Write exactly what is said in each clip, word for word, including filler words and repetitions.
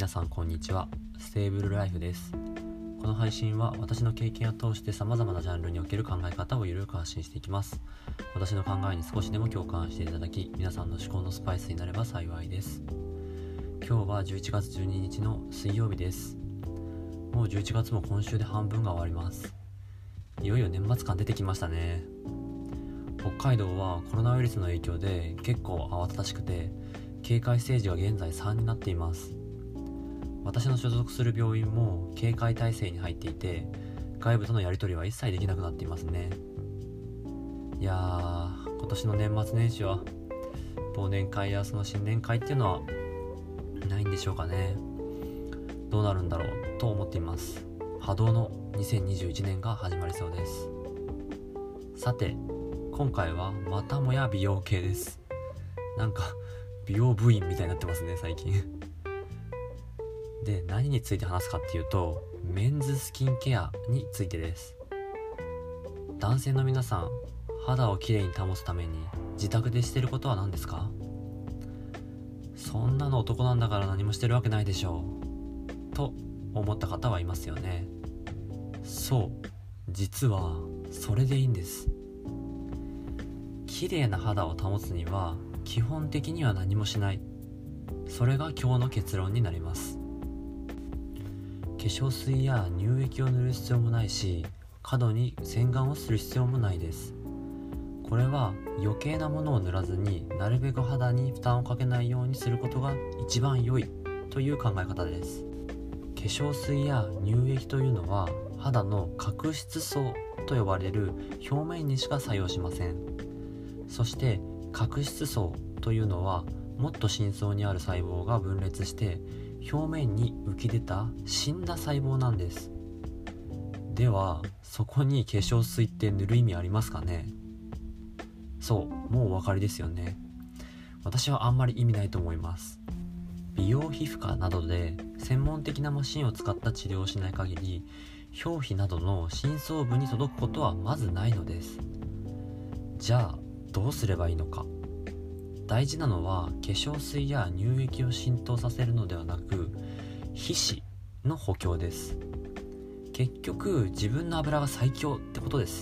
皆さんこんにちは。ステーブルライフです。この配信は私の経験を通して様々なジャンルにおける考え方をゆるく発信していきます。私の考えに少しでも共感していただき、皆さんの思考のスパイスになれば幸いです。今日はじゅういちがつじゅうににちの水曜日です。もうじゅういちがつも今週で半分が終わります。いよいよ年末感出てきましたね。北海道はコロナウイルスの影響で結構慌ただしくて、警戒ステージが現在さんになっています。私の所属する病院も警戒態勢に入っていて、外部とのやり取りは一切できなくなっていますね。いやー、今年の年末年始は忘年会やその新年会っていうのはないんでしょうかね。どうなるんだろうと思っています。波動のにせんにじゅういちねんが始まりそうです。さて、今回はまたもや美容系です。なんか美容部員みたいになってますね、最近。で、何について話すかっていうと、メンズスキンケアについてです。男性の皆さん、肌をきれいに保つために自宅でしてることは何ですか？そんなの男なんだから何もしてるわけないでしょうと思った方はいますよね。そう、実はそれでいいんです。きれいな肌を保つには基本的には何もしない。それが今日の結論になります。化粧水や乳液を塗る必要もないし、過度に洗顔をする必要もないです。これは余計なものを塗らずに、なるべく肌に負担をかけないようにすることが一番良いという考え方です。化粧水や乳液というのは肌の角質層と呼ばれる表面にしか作用しません。そして角質層というのはもっと深層にある細胞が分裂して表面に浮き出た死んだ細胞なんです。ではそこに化粧水って塗る意味ありますかね？そう、もうお分かりですよね。私はあんまり意味ないと思います。美容皮膚科などで専門的なマシンを使った治療をしない限り、表皮などの深層部に届くことはまずないのです。じゃあどうすればいいのか。大事なのは化粧水や乳液を浸透させるのではなく、皮脂の補強です。結局自分の油が最強ってことです。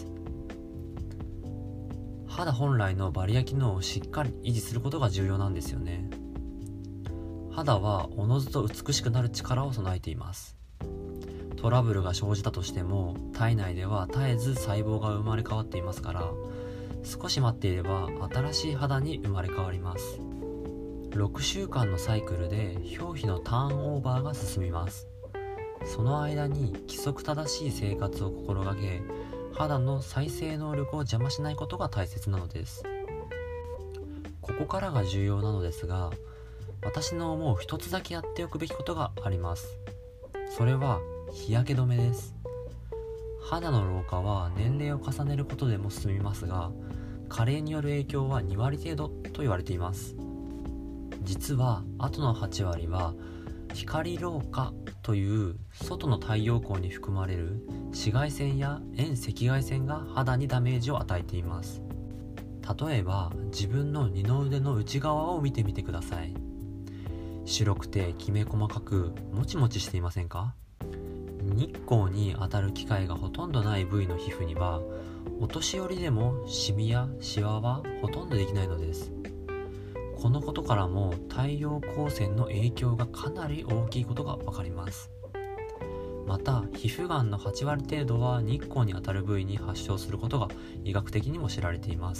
肌本来のバリア機能をしっかり維持することが重要なんですよね。肌はおのずと美しくなる力を備えています。トラブルが生じたとしても体内では絶えず細胞が生まれ変わっていますから、少し待っていれば新しい肌に生まれ変わります。ろくしゅうかんのサイクルで表皮のターンオーバーが進みます。その間に規則正しい生活を心がけ、肌の再生能力を邪魔しないことが大切なのです。ここからが重要なのですが、私の思う一つだけやっておくべきことがあります。それは日焼け止めです。肌の老化は年齢を重ねることでも進みますが、加齢による影響はにわり程度と言われています。実はあとのはちわりは光老化という外の太陽光に含まれる紫外線や遠赤外線が肌にダメージを与えています。例えば自分の二の腕の内側を見てみてください。白くてきめ細かくもちもちしていませんか？日光に当たる機会がほとんどない部位の皮膚には、お年寄りでもシミやシワはほとんどできないのです。このことからも太陽光線の影響がかなり大きいことがわかります。また皮膚がんのはちわり程度は日光に当たる部位に発症することが医学的にも知られています。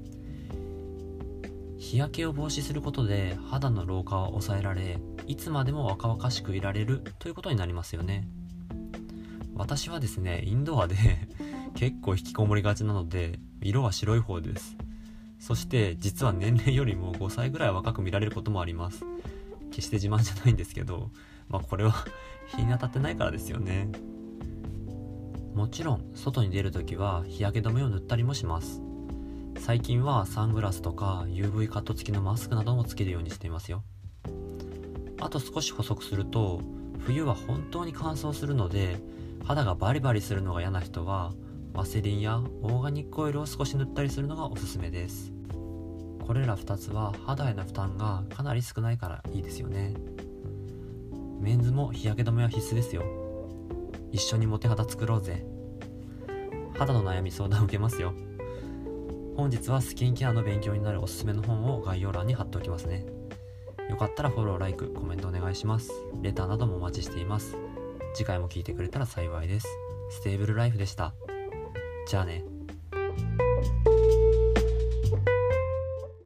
日焼けを防止することで肌の老化は抑えられ、いつまでも若々しくいられるということになりますよね。私はですね、インドアで結構引きこもりがちなので、色は白い方です。そして実は年齢よりもごさいぐらい若く見られることもあります。決して自慢じゃないんですけど、まあこれは日に当たってないからですよね。もちろん外に出るときは日焼け止めを塗ったりもします。最近はサングラスとか ユーブイ カット付きのマスクなどもつけるようにしていますよ。あと少し補足すると、冬は本当に乾燥するので、肌がバリバリするのが嫌な人はワセリンやオーガニックオイルを少し塗ったりするのがおすすめです。これらふたつは肌への負担がかなり少ないからいいですよね。 メンズも日焼け止めは必須ですよ。一緒にモテ肌作ろうぜ。肌の悩み相談受けますよ。本日はスキンケアの勉強になるおすすめの本を概要欄に貼っておきますね。よかったらフォロー、ライク、コメントお願いします。レターなどもお待ちしています。次回も聞いてくれたら幸いです。ステーブルライフでした。じゃあね。